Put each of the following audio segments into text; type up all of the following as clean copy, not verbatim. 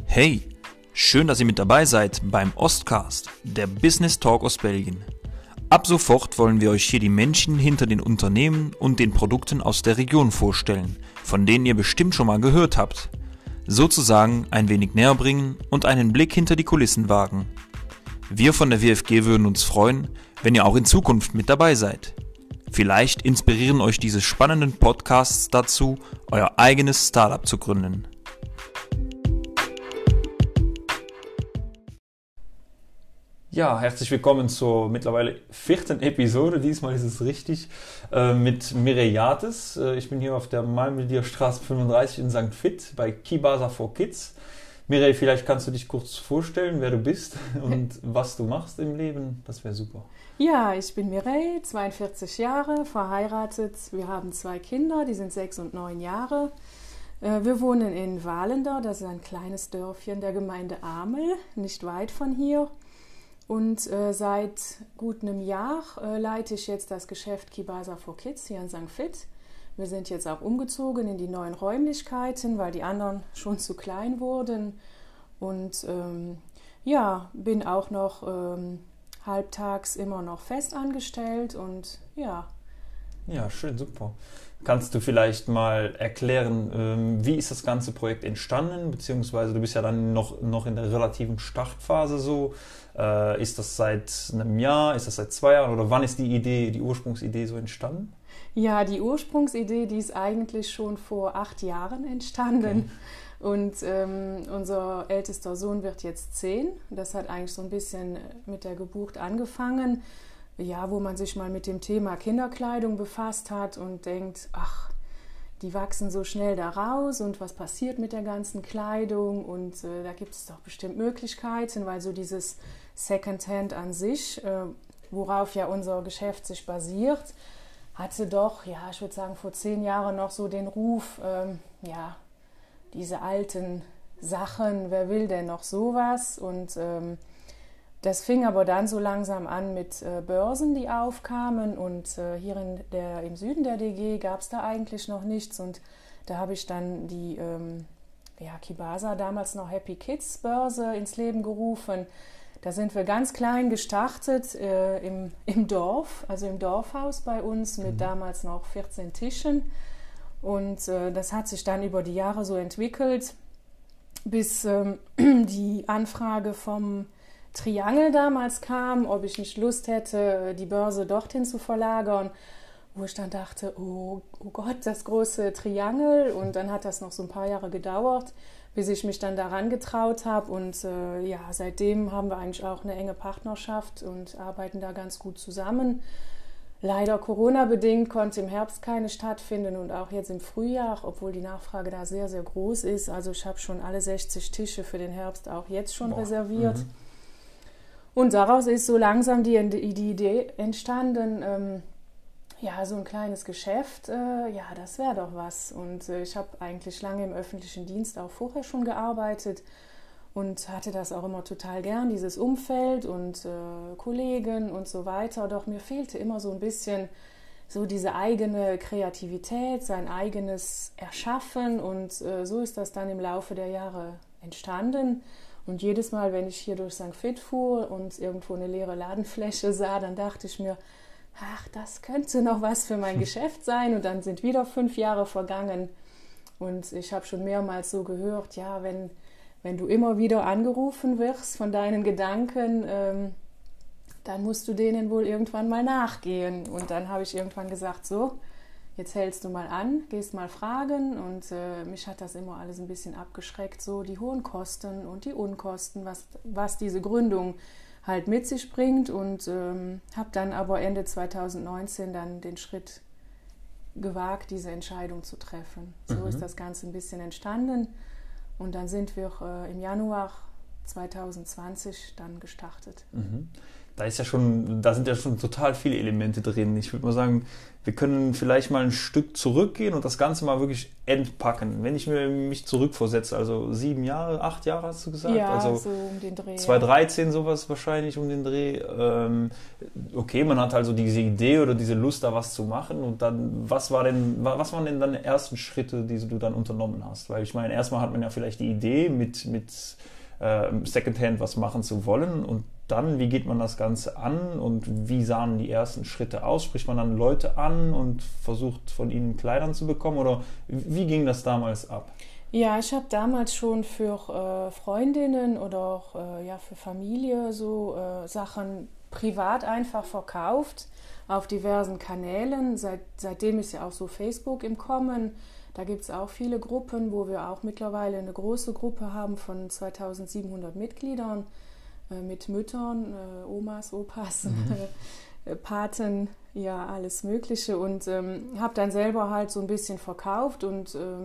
Hey, schön, dass ihr mit dabei seid beim Ostcast, der Business Talk aus Belgien. Ab sofort wollen wir euch hier die Menschen hinter den Unternehmen und den Produkten aus der Region vorstellen, von denen ihr bestimmt schon mal gehört habt. Sozusagen ein wenig näher bringen und einen Blick hinter die Kulissen wagen. Wir von der WFG würden uns freuen, wenn ihr auch in Zukunft mit dabei seid. Vielleicht inspirieren euch diese spannenden Podcasts dazu, euer eigenes Startup zu gründen. Ja, herzlich willkommen zur mittlerweile 4. Episode, diesmal ist es richtig, mit Mireille Jates. Ich bin hier auf der Malmödierstraße 35 in St. Vith bei Kibasa for Kids. Mireille, vielleicht kannst du dich kurz vorstellen, wer du bist und was du machst im Leben, das wäre super. Ja, ich bin Mireille, 42 Jahre, verheiratet. Wir haben 2 Kinder, die sind 6 und 9 Jahre. Wir wohnen in Walender, das ist ein kleines Dörfchen der Gemeinde Amel, nicht weit von hier. Und seit gut einem Jahr leite ich jetzt das Geschäft Kibasa for Kids hier in St. Vith. Wir sind jetzt auch umgezogen in die neuen Räumlichkeiten, weil die anderen schon zu klein wurden. Und bin auch noch halbtags immer noch fest angestellt und ja. Ja, schön, super. Kannst du vielleicht mal erklären, wie ist das ganze Projekt entstanden, beziehungsweise du bist ja dann noch in der relativen Startphase so. Ist das seit einem Jahr, ist das seit 2 Jahren oder wann ist die Ursprungsidee so entstanden? Ja, die Ursprungsidee, die ist eigentlich schon vor 8 Jahren entstanden. Okay. Und unser ältester Sohn wird jetzt 10. Das hat eigentlich so ein bisschen mit der Geburt angefangen. Ja, wo man sich mal mit dem Thema Kinderkleidung befasst hat und denkt, ach, die wachsen so schnell da raus und was passiert mit der ganzen Kleidung und da gibt es doch bestimmt Möglichkeiten, weil so dieses Secondhand an sich, worauf ja unser Geschäft sich basiert, hatte doch, ja, ich würde sagen, vor 10 Jahren noch so den Ruf, diese alten Sachen, wer will denn noch sowas? Und das fing aber dann so langsam an mit Börsen, die aufkamen und hier im Süden der DG gab es da eigentlich noch nichts und da habe ich dann die Kibasa, damals noch Happy Kids Börse ins Leben gerufen. Da sind wir ganz klein gestartet im Dorf, also im Dorfhaus bei uns mit damals noch 14 Tischen und das hat sich dann über die Jahre so entwickelt, bis die Anfrage vom Triangel damals kam, ob ich nicht Lust hätte, die Börse dorthin zu verlagern, wo ich dann dachte, oh Gott, das große Triangel. Und dann hat das noch so ein paar Jahre gedauert, bis ich mich dann daran getraut habe. Und seitdem haben wir eigentlich auch eine enge Partnerschaft und arbeiten da ganz gut zusammen. Leider Corona-bedingt konnte im Herbst keine stattfinden und auch jetzt im Frühjahr, obwohl die Nachfrage da sehr, sehr groß ist. Also ich habe schon alle 60 Tische für den Herbst auch jetzt schon reserviert. Und daraus ist so langsam die Idee entstanden, so ein kleines Geschäft, das wäre doch was. Und ich habe eigentlich lange im öffentlichen Dienst auch vorher schon gearbeitet und hatte das auch immer total gern, dieses Umfeld und Kollegen und so weiter. Doch mir fehlte immer so ein bisschen so diese eigene Kreativität, sein eigenes Erschaffen und so ist das dann im Laufe der Jahre entstanden. Und jedes Mal, wenn ich hier durch St. Vith fuhr und irgendwo eine leere Ladenfläche sah, dann dachte ich mir, ach, das könnte noch was für mein Geschäft sein. Und dann sind wieder 5 Jahre vergangen. Und ich habe schon mehrmals so gehört, ja, wenn du immer wieder angerufen wirst von deinen Gedanken, dann musst du denen wohl irgendwann mal nachgehen. Und dann habe ich irgendwann gesagt, so, jetzt hältst du mal an, gehst mal fragen und mich hat das immer alles ein bisschen abgeschreckt, so die hohen Kosten und die Unkosten, was diese Gründung halt mit sich bringt und habe dann aber Ende 2019 dann den Schritt gewagt, diese Entscheidung zu treffen. So ist das Ganze ein bisschen entstanden und dann sind wir im Januar 2020 dann gestartet. Da sind ja schon total viele Elemente drin. Ich würde mal sagen, wir können vielleicht mal ein Stück zurückgehen und das Ganze mal wirklich entpacken. Wenn ich mich zurückversetze, also 7 Jahre, 8 Jahre hast du gesagt? Ja, also so um den Dreh. 2013 sowas wahrscheinlich um den Dreh. Okay, man hat also diese Idee oder diese Lust, da was zu machen. Und dann, was waren denn deine ersten Schritte, die du dann unternommen hast? Weil ich meine, erstmal hat man ja vielleicht die Idee, mit Secondhand was machen zu wollen, und dann, wie geht man das Ganze an und wie sahen die ersten Schritte aus? Spricht man dann Leute an und versucht von ihnen Kleidern zu bekommen, oder wie ging das damals ab? Ja, ich habe damals schon für Freundinnen oder auch für Familie so Sachen privat einfach verkauft auf diversen Kanälen. Seitdem ist ja auch so Facebook im Kommen. Da gibt es auch viele Gruppen, wo wir auch mittlerweile eine große Gruppe haben von 2700 Mitgliedern mit Müttern, Omas, Opas, Paten, ja, alles Mögliche. Und habe dann selber halt so ein bisschen verkauft und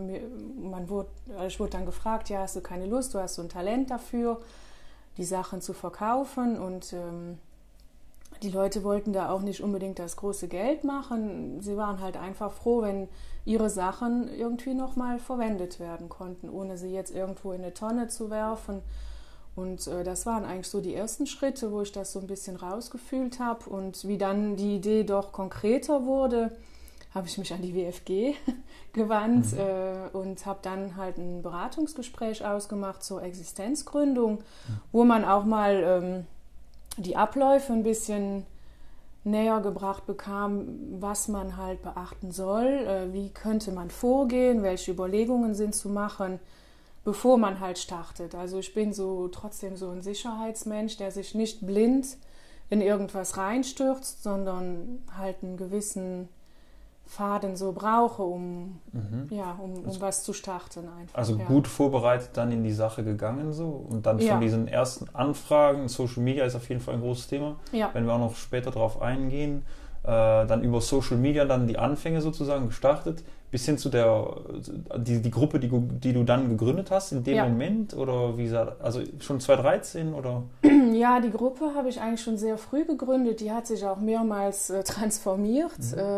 ich wurde dann gefragt, ja, hast du keine Lust, du hast so ein Talent dafür, die Sachen zu verkaufen, und die Leute wollten da auch nicht unbedingt das große Geld machen. Sie waren halt einfach froh, wenn ihre Sachen irgendwie nochmal verwendet werden konnten, ohne sie jetzt irgendwo in eine Tonne zu werfen. Und das waren eigentlich so die ersten Schritte, wo ich das so ein bisschen rausgefühlt habe. Und wie dann die Idee doch konkreter wurde, habe ich mich an die WFG gewandt und habe dann halt ein Beratungsgespräch ausgemacht zur Existenzgründung, wo man auch mal die Abläufe ein bisschen näher gebracht bekam, was man halt beachten soll, wie könnte man vorgehen, welche Überlegungen sind zu machen, bevor man halt startet. Also ich bin trotzdem so ein Sicherheitsmensch, der sich nicht blind in irgendwas reinstürzt, sondern halt einen gewissen Faden so brauche, um was zu starten einfach. Also gut vorbereitet dann in die Sache gegangen so, und dann von diesen ersten Anfragen, Social Media ist auf jeden Fall ein großes Thema, wenn wir auch noch später drauf eingehen, dann über Social Media dann die Anfänge sozusagen gestartet, bis hin zu die Gruppe, die du dann gegründet hast in dem Moment, oder wie sah, also schon 2013 oder? Ja, die Gruppe habe ich eigentlich schon sehr früh gegründet, die hat sich auch mehrmals transformiert.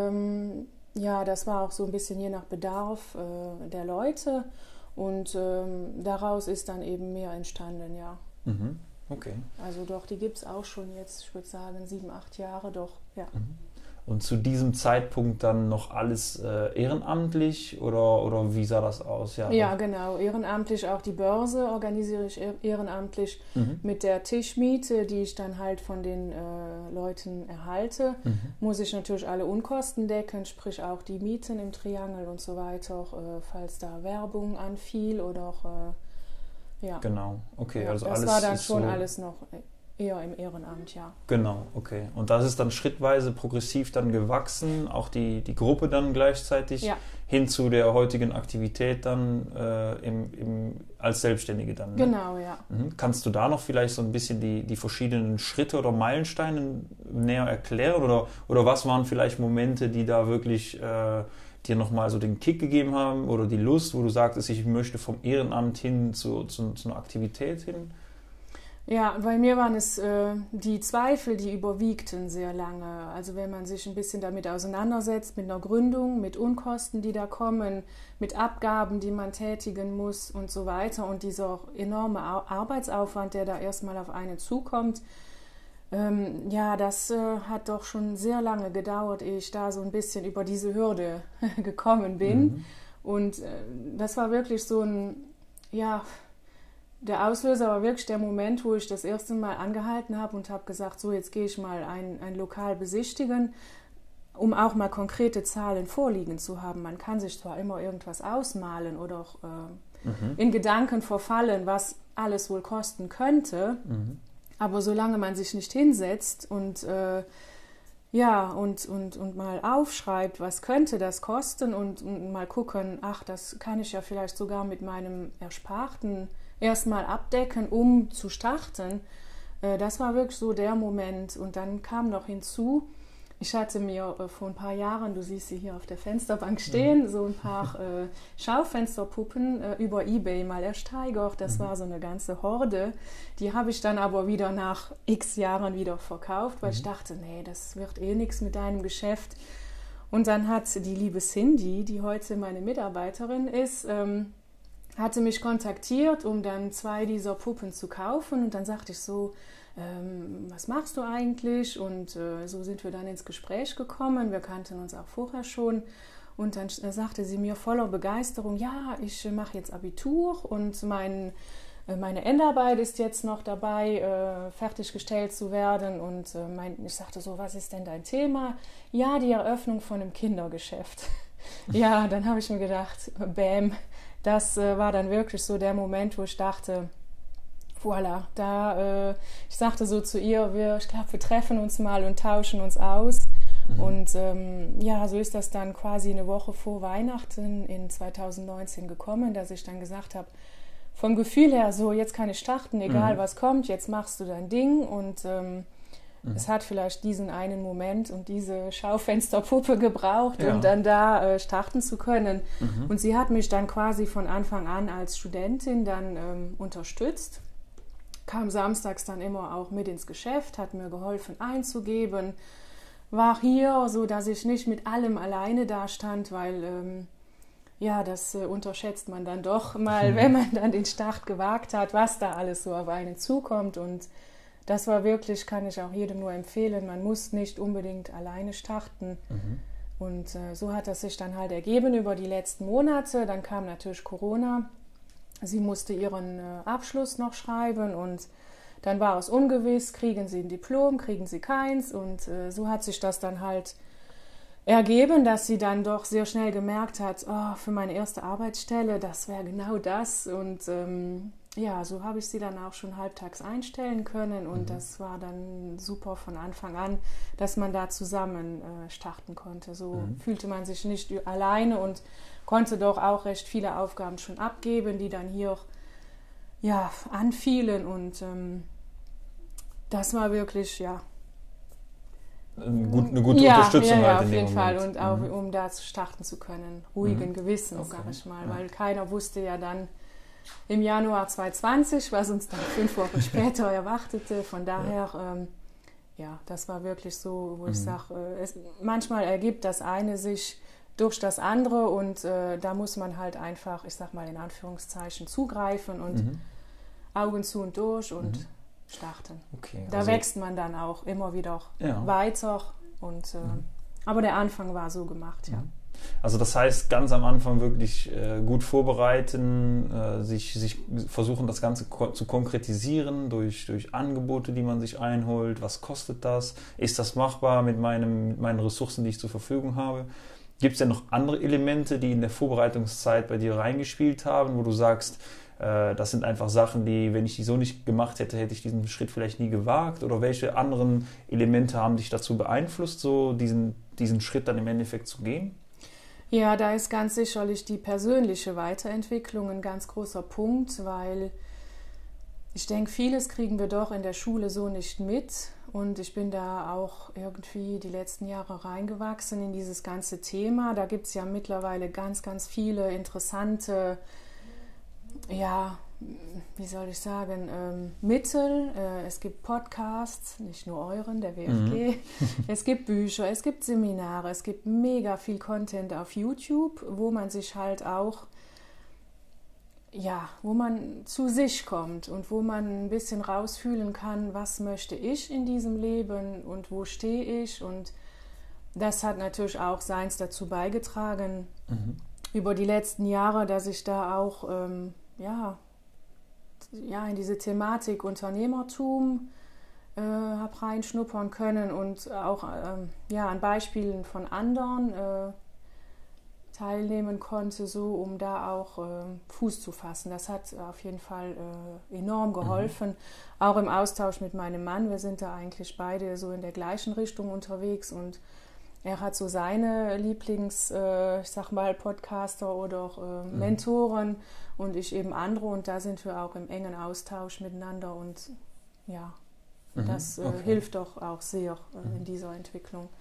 Das war auch so ein bisschen je nach Bedarf der Leute, und daraus ist dann eben mehr entstanden, ja. Okay. Also doch, die gibt es auch schon jetzt, ich würde sagen 7, 8 Jahre doch, ja. Und zu diesem Zeitpunkt dann noch alles ehrenamtlich oder wie sah das aus? Ja, genau, ehrenamtlich. Auch die Börse organisiere ich ehrenamtlich mit der Tischmiete, die ich dann halt von den Leuten erhalte. Muss ich natürlich alle Unkosten decken, sprich auch die Mieten im Triangel und so weiter, falls da Werbung anfiel oder auch, Genau, okay. Ja, also das alles war dann ist schon so alles noch eher im Ehrenamt, ja. Genau, okay. Und das ist dann schrittweise progressiv dann gewachsen, auch die Gruppe dann gleichzeitig hin zu der heutigen Aktivität dann als Selbstständige dann. Ne? Genau, ja. Kannst du da noch vielleicht so ein bisschen die verschiedenen Schritte oder Meilensteine näher erklären, oder was waren vielleicht Momente, die da wirklich dir nochmal so den Kick gegeben haben oder die Lust, wo du sagtest, ich möchte vom Ehrenamt hin zu einer Aktivität hin? Ja, bei mir waren es die Zweifel, die überwiegten sehr lange. Also wenn man sich ein bisschen damit auseinandersetzt, mit einer Gründung, mit Unkosten, die da kommen, mit Abgaben, die man tätigen muss und so weiter, und dieser enorme Arbeitsaufwand, der da erstmal auf einen zukommt, das hat doch schon sehr lange gedauert, ehe ich da so ein bisschen über diese Hürde gekommen bin. Und das war wirklich so der Auslöser war wirklich der Moment, wo ich das erste Mal angehalten habe und habe gesagt, so, jetzt gehe ich mal ein Lokal besichtigen, um auch mal konkrete Zahlen vorliegen zu haben. Man kann sich zwar immer irgendwas ausmalen oder auch in Gedanken verfallen, was alles wohl kosten könnte, aber solange man sich nicht hinsetzt und mal aufschreibt, was könnte das kosten, und mal gucken, das kann ich ja vielleicht sogar mit meinem Ersparten erstmal abdecken, um zu starten. Das war wirklich so der Moment. Und dann kam noch hinzu, Ich hatte mir vor ein paar Jahren, du siehst sie hier auf der Fensterbank stehen, so ein paar Schaufensterpuppen über eBay mal ersteigert. Das war so eine ganze Horde. Die habe ich dann aber wieder nach x Jahren wieder verkauft, weil ich dachte, nee, das wird eh nichts mit deinem Geschäft. Und dann hat die liebe Cindy, die heute meine Mitarbeiterin ist, hatte mich kontaktiert, um dann 2 dieser Puppen zu kaufen. Und dann sagte ich so, was machst du eigentlich? Und so sind wir dann ins Gespräch gekommen. Wir kannten uns auch vorher schon. Und dann sagte sie mir voller Begeisterung, ja, ich mache jetzt Abitur und meine Endarbeit ist jetzt noch dabei, fertiggestellt zu werden. Und ich sagte so, was ist denn dein Thema? Ja, die Eröffnung von einem Kindergeschäft. Ja, dann habe ich mir gedacht, bäm, das war dann wirklich so der Moment, wo ich dachte, voilà, ich sagte so zu ihr, ich glaube, wir treffen uns mal und tauschen uns aus. Und ja, so ist das dann quasi eine Woche vor Weihnachten in 2019 gekommen, dass ich dann gesagt habe, vom Gefühl her so, jetzt kann ich starten, egal was kommt, jetzt machst du dein Ding. Und es hat vielleicht diesen einen Moment und diese Schaufensterpuppe gebraucht, um dann da starten zu können. Und sie hat mich dann quasi von Anfang an als Studentin dann unterstützt. Kam samstags dann immer auch mit ins Geschäft, hat mir geholfen einzugeben, war hier, so dass ich nicht mit allem alleine da stand, weil ja, das unterschätzt man dann doch mal, wenn man dann den Start gewagt hat, was da alles so auf einen zukommt. Und das war wirklich, kann ich auch jedem nur empfehlen, man muss nicht unbedingt alleine starten. Und so hat das sich dann halt ergeben über die letzten Monate. Dann kam natürlich Corona. Sie musste ihren Abschluss noch schreiben und dann war es ungewiss, kriegen sie ein Diplom, kriegen sie keins. Und so hat sich das dann halt ergeben, dass sie dann doch sehr schnell gemerkt hat, oh, für meine erste Arbeitsstelle, das wäre genau das. Und ja, so habe ich sie dann auch schon halbtags einstellen können. Und das war dann super von Anfang an, dass man da zusammen starten konnte. So fühlte man sich nicht alleine und konnte doch auch recht viele Aufgaben schon abgeben, die dann hier ja, anfielen. Und das war wirklich, ja, eine gute Unterstützung ja, halt in auf dem jeden Fall. Moment. Und auch um da starten zu können, ruhigen Gewissens, sag ich mal. Weil keiner wusste ja dann im Januar 2020, was uns dann 5 Wochen später erwartete. Von daher, ja, das war wirklich so, wo ich sage, manchmal ergibt das eine sich durch das andere und da muss man halt einfach, ich sag mal in Anführungszeichen, zugreifen und Augen zu und durch und starten. Okay, da wächst man dann auch immer wieder weiter und aber der Anfang war so gemacht, ja. Also das heißt, ganz am Anfang wirklich gut vorbereiten, sich versuchen, das Ganze zu konkretisieren durch Angebote, die man sich einholt. Was kostet das? Ist das machbar mit meinen Ressourcen, die ich zur Verfügung habe? Gibt es denn noch andere Elemente, die in der Vorbereitungszeit bei dir reingespielt haben, wo du sagst, das sind einfach Sachen, die, wenn ich die so nicht gemacht hätte, hätte ich diesen Schritt vielleicht nie gewagt? Oder welche anderen Elemente haben dich dazu beeinflusst, so diesen Schritt dann im Endeffekt zu gehen? Ja, da ist ganz sicherlich die persönliche Weiterentwicklung ein ganz großer Punkt, weil ich denke, vieles kriegen wir doch in der Schule so nicht mit. Und ich bin da auch irgendwie die letzten Jahre reingewachsen in dieses ganze Thema. Da gibt es ja mittlerweile ganz, ganz viele interessante, ja, wie soll ich sagen, Mittel. Es gibt Podcasts, nicht nur euren, der WFG. Es gibt Bücher, es gibt Seminare, es gibt mega viel Content auf YouTube, wo man sich halt auch, ja, wo man zu sich kommt und wo man ein bisschen rausfühlen kann, was möchte ich in diesem Leben und wo stehe ich. Und das hat natürlich auch seins dazu beigetragen, über die letzten Jahre, dass ich da auch, in diese Thematik Unternehmertum habe reinschnuppern können und auch an Beispielen von anderen teilnehmen konnte, so um da auch Fuß zu fassen. Das hat auf jeden Fall enorm geholfen, auch im Austausch mit meinem Mann. Wir sind da eigentlich beide so in der gleichen Richtung unterwegs und er hat so seine ich sag mal, Podcaster oder auch Mentoren und ich eben andere und da sind wir auch im engen Austausch miteinander und ja, das hilft doch auch sehr in dieser Entwicklung.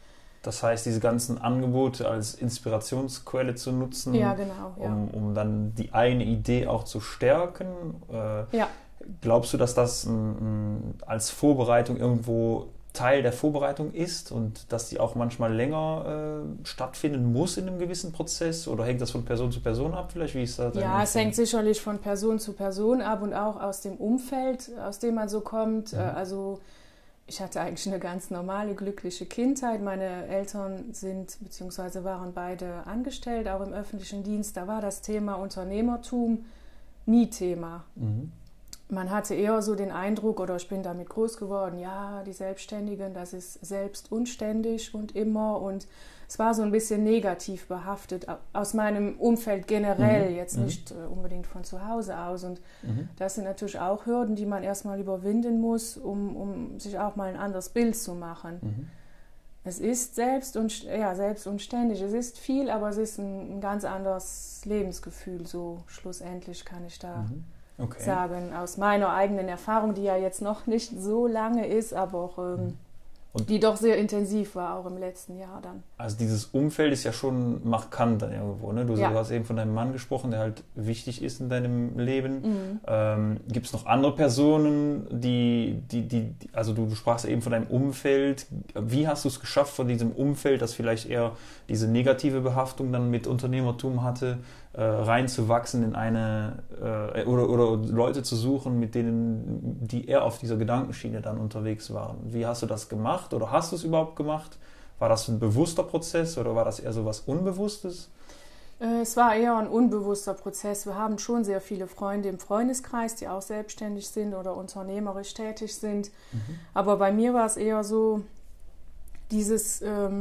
Das heißt, diese ganzen Angebote als Inspirationsquelle zu nutzen, ja, genau, um dann die eine Idee auch zu stärken. Ja. Glaubst du, dass das als Vorbereitung irgendwo Teil der Vorbereitung ist und dass die auch manchmal länger stattfinden muss in einem gewissen Prozess? Oder hängt das von Person zu Person ab vielleicht? Wie ist das? Ja, es hängt sicherlich von Person zu Person ab und auch aus dem Umfeld, aus dem man so kommt. Also ich hatte eigentlich eine ganz normale, glückliche Kindheit. Meine Eltern sind bzw. waren beide angestellt, auch im öffentlichen Dienst. Da war das Thema Unternehmertum nie Thema. Man hatte eher so den Eindruck, oder ich bin damit groß geworden, ja, die Selbstständigen, das ist selbst unständig und immer. Und es war so ein bisschen negativ behaftet, aus meinem Umfeld generell, jetzt nicht unbedingt von zu Hause aus. Und das sind natürlich auch Hürden, die man erstmal überwinden muss, um sich auch mal ein anderes Bild zu machen. Es ist selbst und ständig. Es ist viel, aber es ist ein ganz anderes Lebensgefühl. So schlussendlich kann ich da sagen, aus meiner eigenen Erfahrung, die ja jetzt noch nicht so lange ist, aber auch die doch sehr intensiv war, auch im letzten Jahr dann. Also dieses Umfeld ist ja schon markant dann irgendwo, ne? Du hast eben von deinem Mann gesprochen, der halt wichtig ist in deinem Leben. Gibt es noch andere Personen, also du sprachst eben von deinem Umfeld. Wie hast du es geschafft, von diesem Umfeld, das vielleicht eher diese negative Behaftung dann mit Unternehmertum hatte, reinzuwachsen in eine oder Leute zu suchen, mit denen, die eher auf dieser Gedankenschiene dann unterwegs waren? Wie hast du das gemacht oder hast du es überhaupt gemacht? War das ein bewusster Prozess oder war das eher so was Unbewusstes? Es war eher ein unbewusster Prozess. Wir haben schon sehr viele Freunde im Freundeskreis, die auch selbstständig sind oder unternehmerisch tätig sind. Aber bei mir war es eher so, dieses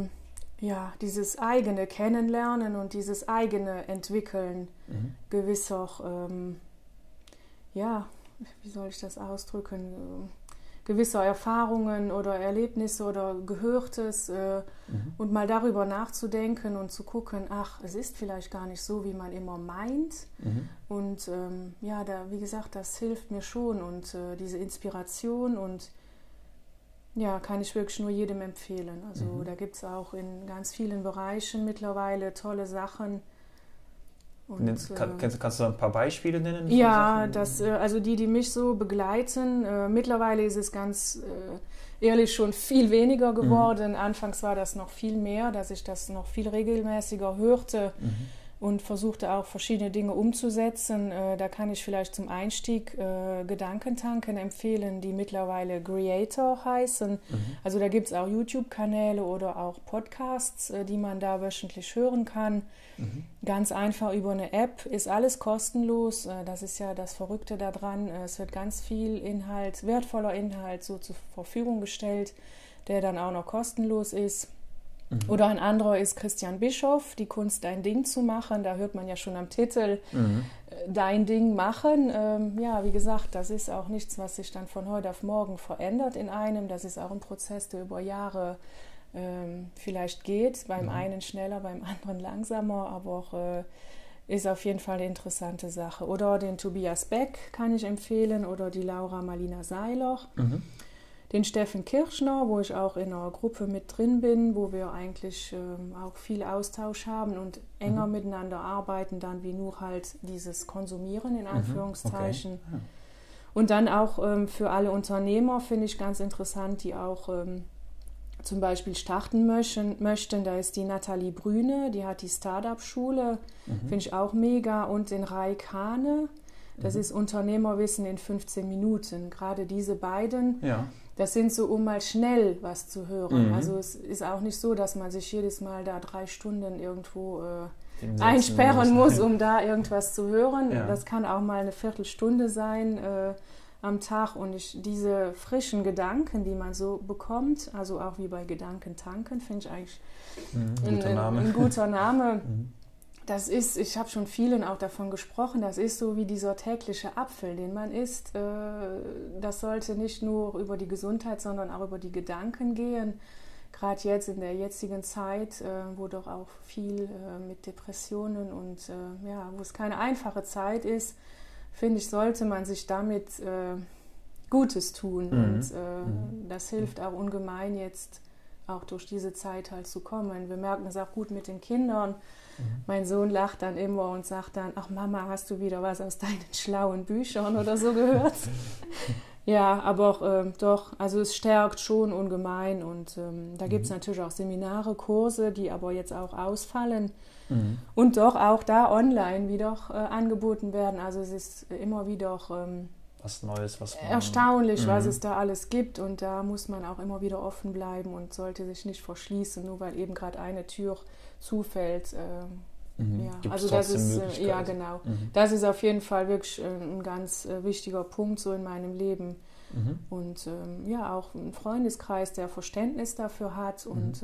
eigene Kennenlernen und dieses eigene Entwickeln gewisser, wie soll ich das ausdrücken, gewisser Erfahrungen oder Erlebnisse oder Gehörtes und mal darüber nachzudenken und zu gucken, ach, es ist vielleicht gar nicht so, wie man immer meint. Und wie gesagt, das hilft mir schon und diese Inspiration und ja, kann ich wirklich nur jedem empfehlen. Also da gibt es auch in ganz vielen Bereichen mittlerweile tolle Sachen. Und, kannst du da ein paar Beispiele nennen? Ja, also die mich so begleiten. Mittlerweile ist es ganz ehrlich schon viel weniger geworden. Anfangs war das noch viel mehr, dass ich das noch viel regelmäßiger hörte. Und versuchte auch verschiedene Dinge umzusetzen. Da kann ich vielleicht zum Einstieg Gedankentanken empfehlen, die mittlerweile Creator heißen. Also da gibt es auch YouTube-Kanäle oder auch Podcasts, die man da wöchentlich hören kann. Ganz einfach über eine App, ist alles kostenlos. Das ist ja das Verrückte daran. Es wird ganz viel Inhalt, wertvoller Inhalt so zur Verfügung gestellt, der dann auch noch kostenlos ist. Oder ein anderer ist Christian Bischoff, die Kunst, dein Ding zu machen. Da hört man ja schon am Titel, dein Ding machen. Wie gesagt, das ist auch nichts, was sich dann von heute auf morgen verändert in einem. Das ist auch ein Prozess, der über Jahre vielleicht geht. Beim einen schneller, beim anderen langsamer, aber auch ist auf jeden Fall eine interessante Sache. Oder den Tobias Beck kann ich empfehlen oder die Laura Marlina Seiler. Den Steffen Kirchner, wo ich auch in einer Gruppe mit drin bin, wo wir eigentlich auch viel Austausch haben und enger miteinander arbeiten, dann wie nur halt dieses Konsumieren in Anführungszeichen. Okay. Ja. Und dann auch für alle Unternehmer finde ich ganz interessant, die auch zum Beispiel starten möchten. Da ist die Nathalie Brüne, die hat die Startup-Schule, finde ich auch mega. Und den Raik Hane, das ist Unternehmerwissen in 15 Minuten. Gerade diese beiden. Ja. Das sind so, um mal schnell was zu hören. Also es ist auch nicht so, dass man sich jedes Mal da 3 Stunden irgendwo einsperren muss, um da irgendwas zu hören. Ja. Das kann auch mal eine Viertelstunde sein am Tag. Und diese frischen Gedanken, die man so bekommt, also auch wie bei Gedankentanken, finde ich eigentlich ein guter Name. Das ist, ich habe schon vielen auch davon gesprochen, das ist so wie dieser tägliche Apfel, den man isst. Das sollte nicht nur über die Gesundheit, sondern auch über die Gedanken gehen. Gerade jetzt in der jetzigen Zeit, wo doch auch viel mit Depressionen und wo es keine einfache Zeit ist, finde ich, sollte man sich damit Gutes tun. Und das hilft auch ungemein jetzt auch durch diese Zeit halt zu kommen. Wir merken es auch gut mit den Kindern. Mein Sohn lacht dann immer und sagt dann, ach Mama, hast du wieder was aus deinen schlauen Büchern oder so gehört? Ja, aber doch, also es stärkt schon ungemein und da gibt es natürlich auch Seminare, Kurse, die aber jetzt auch ausfallen und doch auch da online wieder angeboten werden. Also es ist immer wieder was Neues, was man, erstaunlich, was es da alles gibt und da muss man auch immer wieder offen bleiben und sollte sich nicht verschließen, nur weil eben gerade eine Tür zufällt. Ja, also das ist ja genau. Das ist auf jeden Fall wirklich ein ganz wichtiger Punkt so in meinem Leben und ja auch ein Freundeskreis, der Verständnis dafür hat und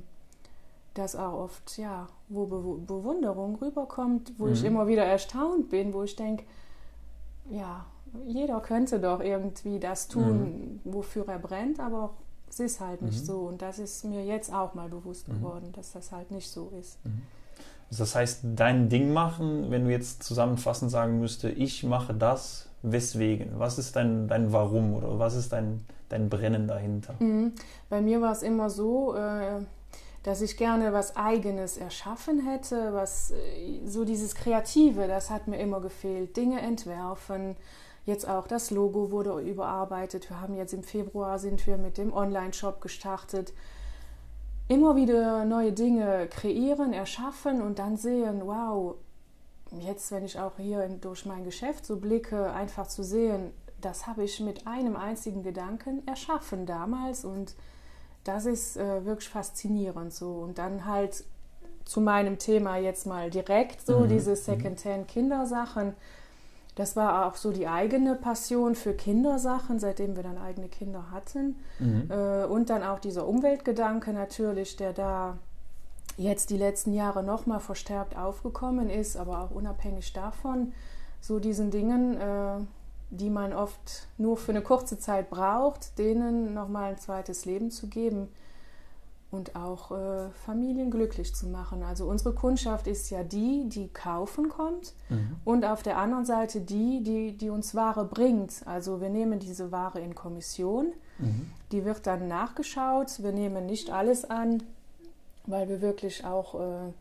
das auch oft ja wo Bewunderung rüberkommt, wo ich immer wieder erstaunt bin, wo ich denke, ja, jeder könnte doch irgendwie das tun, wofür er brennt, aber es ist halt nicht so und das ist mir jetzt auch mal bewusst geworden, dass das halt nicht so ist. Also das heißt, dein Ding machen, wenn du jetzt zusammenfassend sagen müsste, ich mache das, weswegen? Was ist dein Warum oder was ist dein Brennen dahinter? Bei mir war es immer so, dass ich gerne was Eigenes erschaffen hätte, was so dieses Kreative, das hat mir immer gefehlt. Dinge entwerfen, jetzt auch das Logo wurde überarbeitet. Wir haben jetzt im Februar sind wir mit dem Online-Shop gestartet. Immer wieder neue Dinge kreieren, erschaffen und dann sehen, wow, jetzt, wenn ich auch hier durch mein Geschäft so blicke, einfach zu sehen, das habe ich mit einem einzigen Gedanken erschaffen damals und das ist wirklich faszinierend so. Und dann halt zu meinem Thema jetzt mal direkt so, diese Secondhand-Kindersachen. Das war auch so die eigene Passion für Kindersachen, seitdem wir dann eigene Kinder hatten. Und dann auch dieser Umweltgedanke natürlich, der da jetzt die letzten Jahre nochmal verstärkt aufgekommen ist, aber auch unabhängig davon, so diesen Dingen, die man oft nur für eine kurze Zeit braucht, denen nochmal ein zweites Leben zu geben und auch Familien glücklich zu machen. Also unsere Kundschaft ist ja die kaufen kommt und auf der anderen Seite die uns Ware bringt. Also wir nehmen diese Ware in Kommission, die wird dann nachgeschaut, wir nehmen nicht alles an, weil wir wirklich auch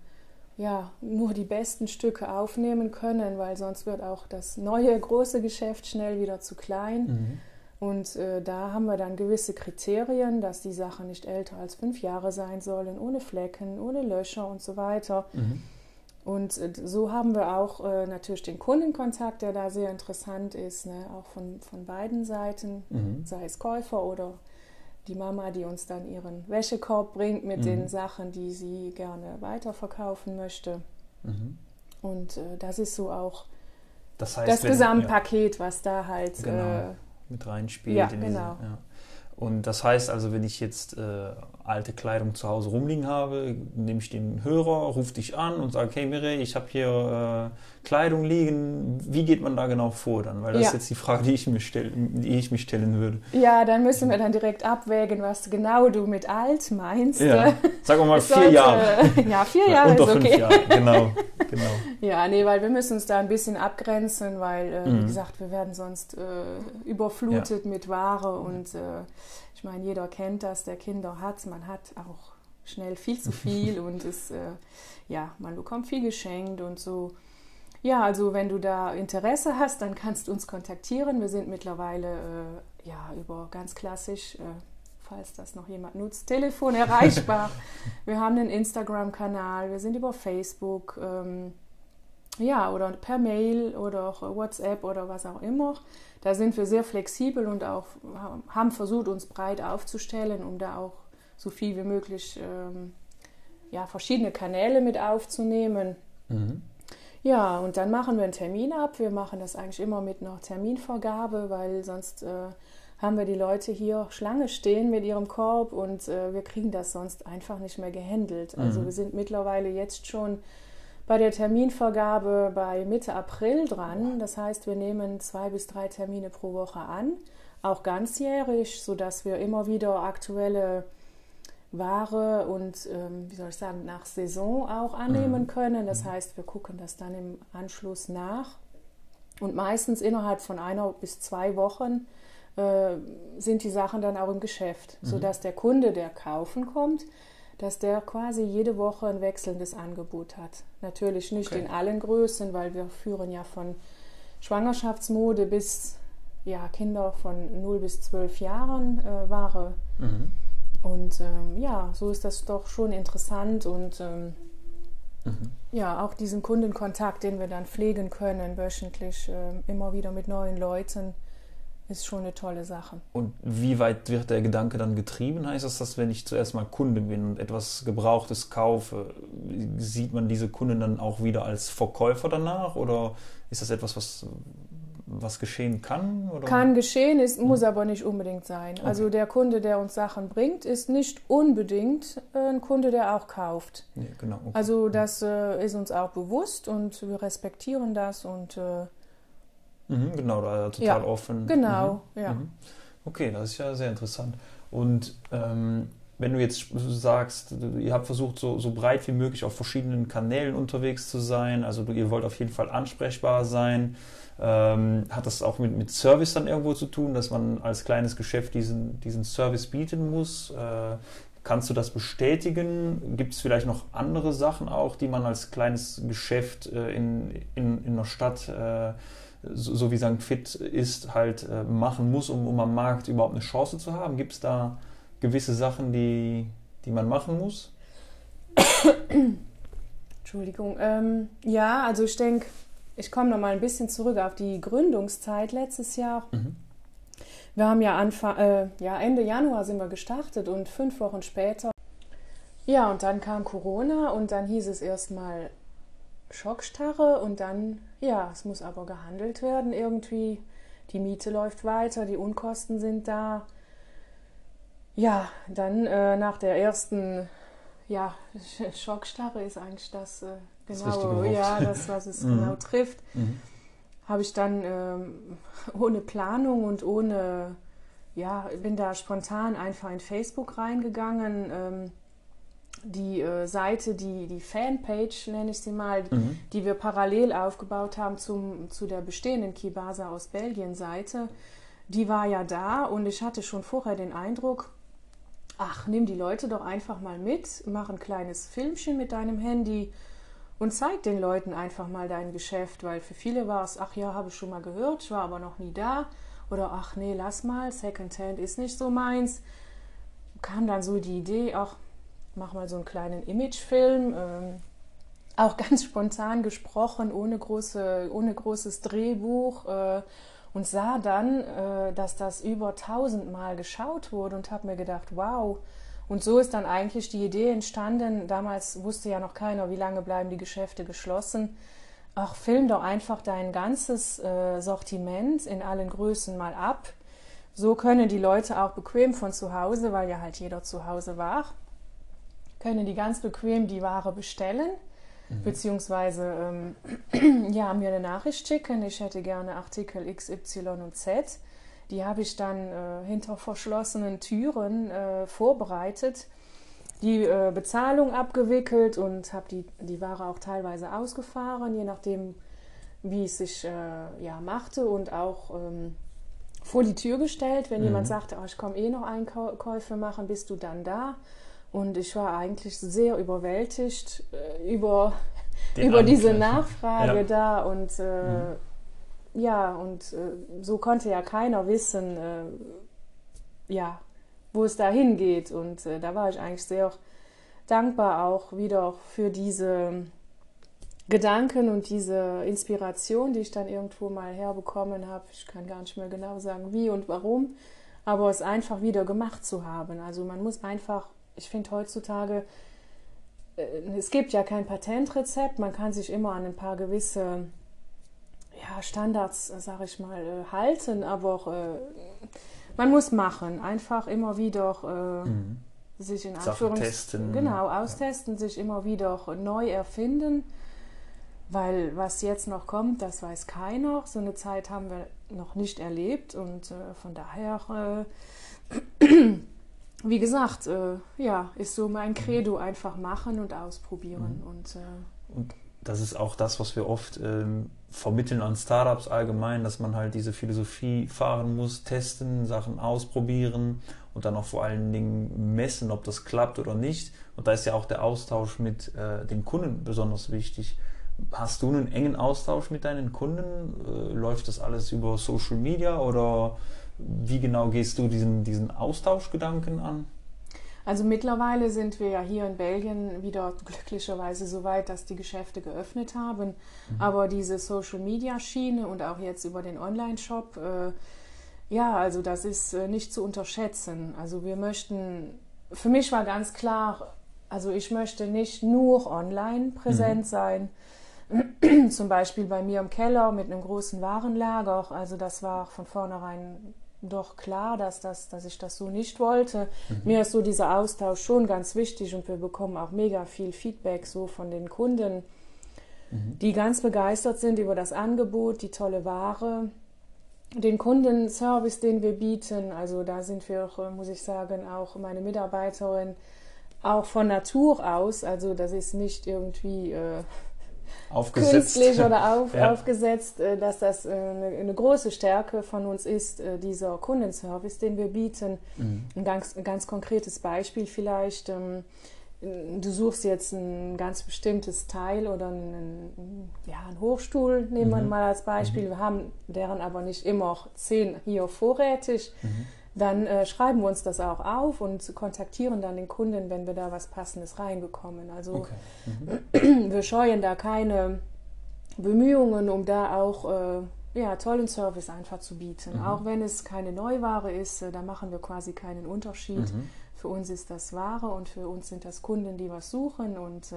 nur die besten Stücke aufnehmen können, weil sonst wird auch das neue große Geschäft schnell wieder zu klein. Und da haben wir dann gewisse Kriterien, dass die Sachen nicht älter als 5 Jahre sein sollen, ohne Flecken, ohne Löcher und so weiter. Und so haben wir auch natürlich den Kundenkontakt, der da sehr interessant ist, ne? Auch von beiden Seiten, sei es Käufer oder die Mama, die uns dann ihren Wäschekorb bringt mit den Sachen, die sie gerne weiterverkaufen möchte. Und das ist so auch das Gesamtpaket, was da halt mit reinspielt. Ja, genau. Und das heißt also, wenn ich jetzt alte Kleidung zu Hause rumliegen habe, nehme ich den Hörer, rufe dich an und sage, hey Mireille, ich habe hier Kleidung liegen. Wie geht man da genau vor dann? Weil das ist jetzt die Frage, die ich mich stellen würde. Ja, dann müssen wir dann direkt abwägen, was genau du mit alt meinst. Ja. Sagen wir mal 4 Jahre. Ja, 4 Jahre ist okay. 5 Jahre, genau. Ja, nee, weil wir müssen uns da ein bisschen abgrenzen, weil, wie gesagt, wir werden sonst überflutet mit Ware und ich meine, jeder kennt das, der Kinder hat. Man hat auch schnell viel zu viel und man bekommt viel geschenkt und so. Ja, also wenn du da Interesse hast, dann kannst du uns kontaktieren. Wir sind mittlerweile über ganz klassisch, falls das noch jemand nutzt, Telefon erreichbar. Wir haben einen Instagram-Kanal, wir sind über Facebook, oder per Mail oder auch WhatsApp oder was auch immer. Da sind wir sehr flexibel und auch haben versucht, uns breit aufzustellen, um da auch so viel wie möglich verschiedene Kanäle mit aufzunehmen. Ja, und dann machen wir einen Termin ab. Wir machen das eigentlich immer mit einer Terminvergabe, weil sonst haben wir die Leute hier Schlange stehen mit ihrem Korb und wir kriegen das sonst einfach nicht mehr gehandelt. Also wir sind mittlerweile jetzt schon bei der Terminvergabe bei Mitte April dran. Das heißt, wir nehmen 2 bis 3 Termine pro Woche an, auch ganzjährig, sodass wir immer wieder aktuelle Ware und, nach Saison auch annehmen können. Das heißt, wir gucken das dann im Anschluss nach. Und meistens innerhalb von 1 bis 2 Wochen sind die Sachen dann auch im Geschäft, sodass der Kunde, der kaufen kommt, dass der quasi jede Woche ein wechselndes Angebot hat. Natürlich nicht in allen Größen, weil wir führen ja von Schwangerschaftsmode bis Kinder von 0 bis 12 Jahren Ware. Und so ist das doch schon interessant und auch diesen Kundenkontakt, den wir dann pflegen können, wöchentlich, immer wieder mit neuen Leuten, ist schon eine tolle Sache. Und wie weit wird der Gedanke dann getrieben? Heißt das, dass wenn ich zuerst mal Kunde bin und etwas Gebrauchtes kaufe, sieht man diese Kunden dann auch wieder als Verkäufer danach? Oder ist das etwas, was geschehen kann? Oder? Kann geschehen, muss aber nicht unbedingt sein. Okay. Also der Kunde, der uns Sachen bringt, ist nicht unbedingt ein Kunde, der auch kauft. Ja, genau. Okay. Also das ist uns auch bewusst und wir respektieren das und genau, da total offen. Genau, ja. Okay, das ist ja sehr interessant. Und wenn du jetzt sagst, ihr habt versucht, so breit wie möglich auf verschiedenen Kanälen unterwegs zu sein, also ihr wollt auf jeden Fall ansprechbar sein, hat das auch mit Service dann irgendwo zu tun, dass man als kleines Geschäft diesen Service bieten muss? Kannst du das bestätigen? Gibt es vielleicht noch andere Sachen auch, die man als kleines Geschäft in einer Stadt so wie St. Vith ist, halt machen muss, um am Markt überhaupt eine Chance zu haben? Gibt es da gewisse Sachen, die man machen muss? Entschuldigung. Also ich denke, ich komme noch mal ein bisschen zurück auf die Gründungszeit letztes Jahr. Wir haben ja Ende Januar sind wir gestartet und 5 Wochen später. Ja, und dann kam Corona und dann hieß es erstmal Schockstarre und dann, es muss aber gehandelt werden irgendwie. Die Miete läuft weiter, die Unkosten sind da. Ja, dann nach der ersten Schockstarre ist eigentlich das das, was es genau trifft, habe ich dann ohne Planung und bin da spontan einfach in Facebook reingegangen. Die Seite, die Fanpage, nenne ich sie mal, die wir parallel aufgebaut haben zu der bestehenden Kibasa aus Belgien Seite, die war ja da und ich hatte schon vorher den Eindruck, nimm die Leute doch einfach mal mit, mach ein kleines Filmchen mit deinem Handy und zeig den Leuten einfach mal dein Geschäft, weil für viele war es, habe ich schon mal gehört, ich war aber noch nie da oder nee, lass mal, Secondhand ist nicht so meins. Kam dann so die Idee, mach mal so einen kleinen Imagefilm, auch ganz spontan gesprochen, ohne großes Drehbuch und sah dann, dass das über 1000 Mal geschaut wurde und habe mir gedacht, wow. Und so ist dann eigentlich die Idee entstanden, damals wusste ja noch keiner, wie lange bleiben die Geschäfte geschlossen. Film doch einfach dein ganzes Sortiment in allen Größen mal ab. So können die Leute auch bequem von zu Hause, weil ja halt jeder zu Hause war, können die ganz bequem die Ware bestellen, beziehungsweise mir eine Nachricht schicken, ich hätte gerne Artikel X, Y und Z. Die habe ich dann hinter verschlossenen Türen vorbereitet, die Bezahlung abgewickelt und habe die Ware auch teilweise ausgefahren, je nachdem, wie es sich machte und auch vor die Tür gestellt. Wenn jemand sagte, ich komme noch Einkäufe machen, bist du dann da? Und ich war eigentlich sehr überwältigt über diese Nachfrage da und so konnte ja keiner wissen, wo es da hingeht. Und da war ich eigentlich sehr dankbar auch wieder für diese Gedanken und diese Inspiration, die ich dann irgendwo mal herbekommen habe. Ich kann gar nicht mehr genau sagen, wie und warum, aber es einfach wieder gemacht zu haben. Also man muss einfach, ich finde heutzutage, es gibt ja kein Patentrezept, man kann sich immer an ein paar gewisse Standards, sage ich mal, halten, aber man muss machen, einfach immer wieder sich in Anführungszeichen austesten, sich immer wieder neu erfinden, weil was jetzt noch kommt, das weiß keiner, so eine Zeit haben wir noch nicht erlebt und von daher wie gesagt, ist so mein Credo, einfach machen und ausprobieren. Und das ist auch das, was wir oft vermitteln an Startups allgemein, dass man halt diese Philosophie fahren muss, testen, Sachen ausprobieren und dann auch vor allen Dingen messen, ob das klappt oder nicht. Und da ist ja auch der Austausch mit den Kunden besonders wichtig. Hast du einen engen Austausch mit deinen Kunden? Läuft das alles über Social Media oder wie genau gehst du diesen Austauschgedanken an? Also mittlerweile sind wir ja hier in Belgien wieder glücklicherweise so weit, dass die Geschäfte geöffnet haben. Aber diese Social-Media-Schiene und auch jetzt über den Online-Shop, ja, also das ist nicht zu unterschätzen. Also für mich war ganz klar, also ich möchte nicht nur online präsent sein, zum Beispiel bei mir im Keller mit einem großen Warenlager. Also das war von vornherein doch klar, dass ich das so nicht wollte. Mir ist so dieser Austausch schon ganz wichtig und wir bekommen auch mega viel Feedback so von den Kunden, die ganz begeistert sind über das Angebot, die tolle Ware, den Kundenservice, den wir bieten. Also da sind wir, muss ich sagen, auch meine Mitarbeiterin auch von Natur aus. Also das ist nicht irgendwie künstlich oder aufgesetzt, dass das eine große Stärke von uns ist, dieser Kundenservice, den wir bieten. Ein ganz konkretes Beispiel vielleicht, du suchst jetzt ein ganz bestimmtes Teil oder einen Hochstuhl, nehmen wir mal als Beispiel, wir haben deren aber nicht immer 10 hier vorrätig. Dann schreiben wir uns das auch auf und kontaktieren dann den Kunden, wenn wir da was Passendes reinbekommen. Also wir scheuen da keine Bemühungen, um da auch tollen Service einfach zu bieten. Auch wenn es keine Neuware ist, da machen wir quasi keinen Unterschied. Für uns ist das Ware und für uns sind das Kunden, die was suchen. Und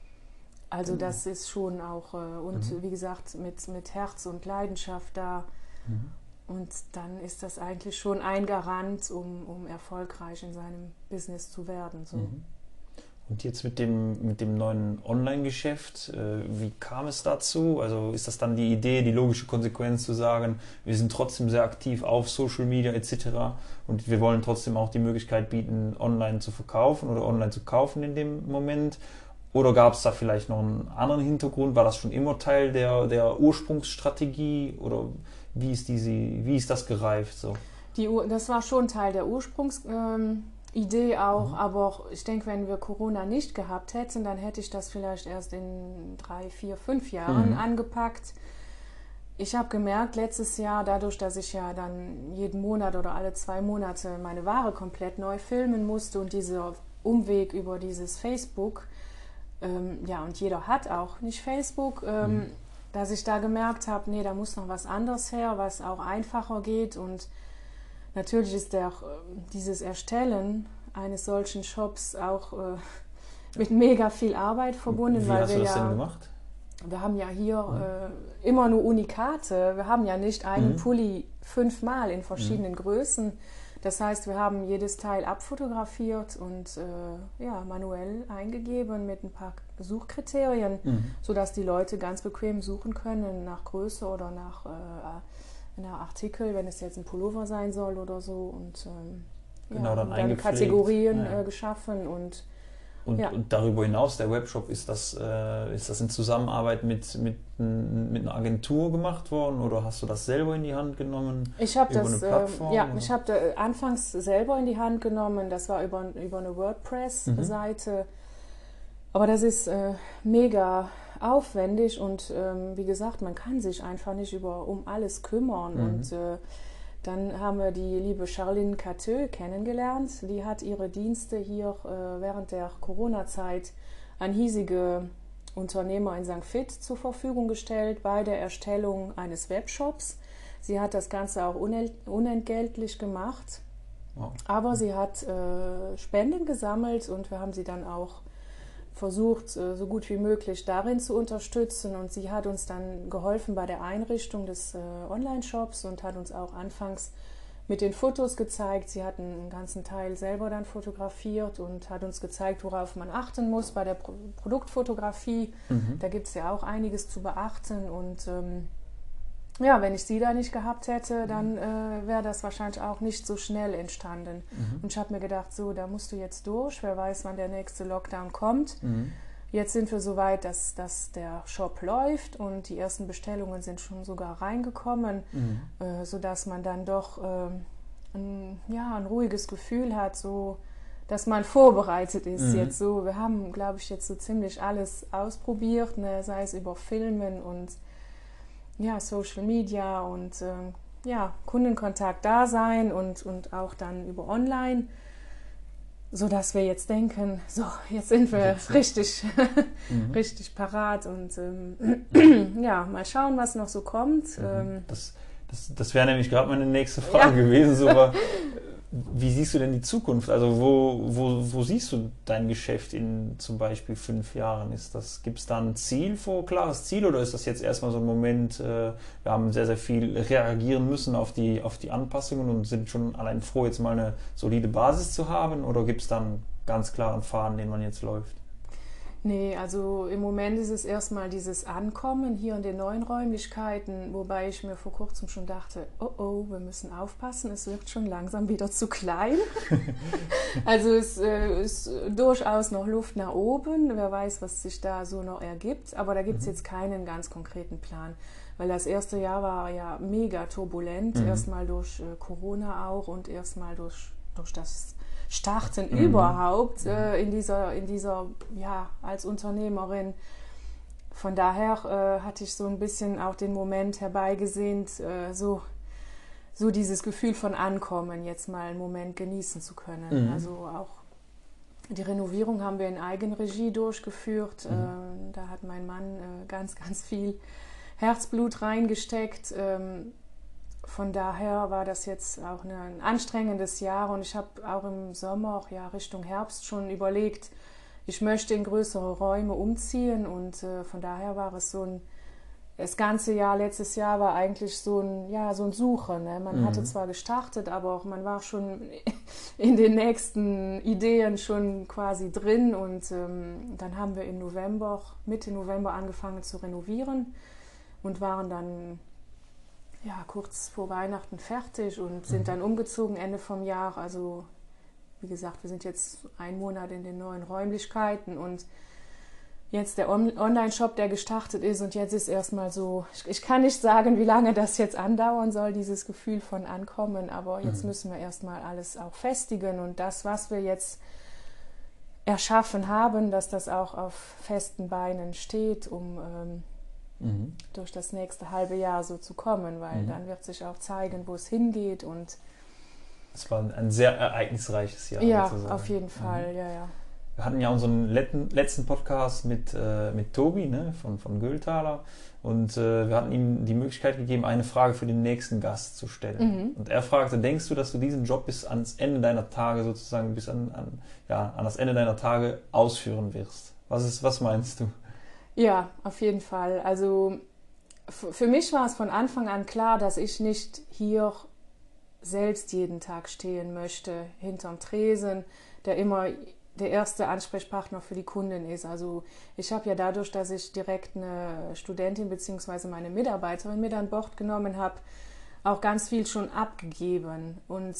also das ist schon auch, und wie gesagt, mit Herz und Leidenschaft da. Und dann ist das eigentlich schon ein Garant, um erfolgreich in seinem Business zu werden. So. Und jetzt mit dem neuen Online-Geschäft, wie kam es dazu? Also ist das dann die Idee, die logische Konsequenz zu sagen, wir sind trotzdem sehr aktiv auf Social Media etc. und wir wollen trotzdem auch die Möglichkeit bieten, online zu verkaufen oder online zu kaufen in dem Moment? Oder gab es da vielleicht noch einen anderen Hintergrund? War das schon immer Teil der Ursprungsstrategie oder wie ist das gereift so? Das war schon Teil der Ursprungsidee auch, aber ich denke, wenn wir Corona nicht gehabt hätten, dann hätte ich das vielleicht erst in 3, 4, 5 Jahren angepackt. Ich habe gemerkt, letztes Jahr, dadurch, dass ich ja dann jeden Monat oder alle 2 Monate meine Ware komplett neu filmen musste und dieser Umweg über dieses Facebook, und jeder hat auch nicht Facebook, dass ich da gemerkt habe, nee, da muss noch was anderes her, was auch einfacher geht. Und natürlich ist dieses Erstellen eines solchen Shops auch mit mega viel Arbeit verbunden. Wie hast du das denn gemacht? Wir haben ja hier immer nur Unikate. Wir haben ja nicht einen Pulli 5-mal in verschiedenen Größen. Das heißt, wir haben jedes Teil abfotografiert und manuell eingegeben mit ein paar Suchkriterien, sodass die Leute ganz bequem suchen können nach Größe oder nach Artikel, wenn es jetzt ein Pullover sein soll oder so. Und dann Kategorien geschaffen und darüber hinaus, der Webshop, ist das in Zusammenarbeit mit einer Agentur gemacht worden oder hast du das selber in die Hand genommen? Ich habe das anfangs selber in die Hand genommen. Das war über eine WordPress-Seite. Aber das ist mega aufwendig und wie gesagt, man kann sich einfach nicht um alles kümmern. Und dann haben wir die liebe Charline Cateux kennengelernt. Die hat ihre Dienste hier während der Corona-Zeit an hiesige Unternehmer in St. Vith zur Verfügung gestellt bei der Erstellung eines Webshops. Sie hat das Ganze auch unentgeltlich gemacht, aber sie hat Spenden gesammelt und wir haben sie dann auch versucht, so gut wie möglich darin zu unterstützen. Und sie hat uns dann geholfen bei der Einrichtung des Online-Shops und hat uns auch anfangs mit den Fotos gezeigt. Sie hat einen ganzen Teil selber dann fotografiert und hat uns gezeigt, worauf man achten muss bei der Produktfotografie. Da gibt es ja auch einiges zu beachten. Und wenn ich sie da nicht gehabt hätte, dann wäre das wahrscheinlich auch nicht so schnell entstanden. Und ich habe mir gedacht, so, da musst du jetzt durch. Wer weiß, wann der nächste Lockdown kommt. Jetzt sind wir so weit, dass der Shop läuft und die ersten Bestellungen sind schon sogar reingekommen, sodass man dann doch ein ruhiges Gefühl hat, so dass man vorbereitet ist. Jetzt so, wir haben, glaube ich, jetzt so ziemlich alles ausprobiert, ne, sei es über Filmen und ja, Social Media und Kundenkontakt da sein und auch dann über Online, sodass wir jetzt denken, so, jetzt sind wir richtig parat und mal schauen, was noch so kommt. Das wäre nämlich gerade meine nächste Frage gewesen, so, aber wie siehst du denn die Zukunft? Also wo siehst du dein Geschäft in zum Beispiel 5 Jahren? Gibt es da ein klares Ziel, oder ist das jetzt erstmal so ein Moment, wir haben sehr, sehr viel reagieren müssen auf die Anpassungen und sind schon allein froh, jetzt mal eine solide Basis zu haben, oder gibt es da einen ganz klaren Faden, den man jetzt läuft? Nee, also im Moment ist es erstmal dieses Ankommen hier in den neuen Räumlichkeiten, wobei ich mir vor kurzem schon dachte, oh, wir müssen aufpassen, es wird schon langsam wieder zu klein. Also es ist durchaus noch Luft nach oben, wer weiß, was sich da so noch ergibt, aber da gibt es jetzt keinen ganz konkreten Plan, weil das erste Jahr war ja mega turbulent, erstmal durch Corona auch und erstmal durch das Starten überhaupt in dieser als Unternehmerin. Von daher hatte ich so ein bisschen auch den Moment herbeigesehnt, so dieses Gefühl von Ankommen jetzt mal einen Moment genießen zu können. Also auch die Renovierung haben wir in Eigenregie durchgeführt. Da hat mein Mann ganz, ganz viel Herzblut reingesteckt. Von daher war das jetzt auch ein anstrengendes Jahr und ich habe auch im Sommer, Richtung Herbst schon überlegt, ich möchte in größere Räume umziehen und von daher war es das ganze Jahr, letztes Jahr war eigentlich so ein Suchen. Ne? Man hatte zwar gestartet, aber auch man war schon in den nächsten Ideen schon quasi drin und dann haben wir Mitte November angefangen zu renovieren und waren dann kurz vor Weihnachten fertig und sind dann umgezogen Ende vom Jahr. Also wie gesagt, wir sind jetzt 1 Monat in den neuen Räumlichkeiten und jetzt der Online-Shop, der gestartet ist und jetzt ist erstmal so, ich kann nicht sagen, wie lange das jetzt andauern soll, dieses Gefühl von Ankommen, aber jetzt müssen wir erstmal alles auch festigen und das, was wir jetzt erschaffen haben, dass das auch auf festen Beinen steht, um durch das nächste halbe Jahr so zu kommen, weil dann wird sich auch zeigen, wo es hingeht und es war ein sehr ereignisreiches Jahr. Ja, sozusagen. Auf jeden Fall, ja. Wir hatten ja unseren letzten Podcast mit Tobi, ne, von Gülthaler, und wir hatten ihm die Möglichkeit gegeben, eine Frage für den nächsten Gast zu stellen. Und er fragte, denkst du, dass du diesen Job bis ans Ende deiner Tage sozusagen, an das Ende deiner Tage ausführen wirst? Was meinst du? Ja, auf jeden Fall. Also für mich war es von Anfang an klar, dass ich nicht hier selbst jeden Tag stehen möchte, hinterm Tresen, der immer der erste Ansprechpartner für die Kunden ist. Also ich habe ja dadurch, dass ich direkt eine Studentin bzw. meine Mitarbeiterin mit an Bord genommen habe, auch ganz viel schon abgegeben. Und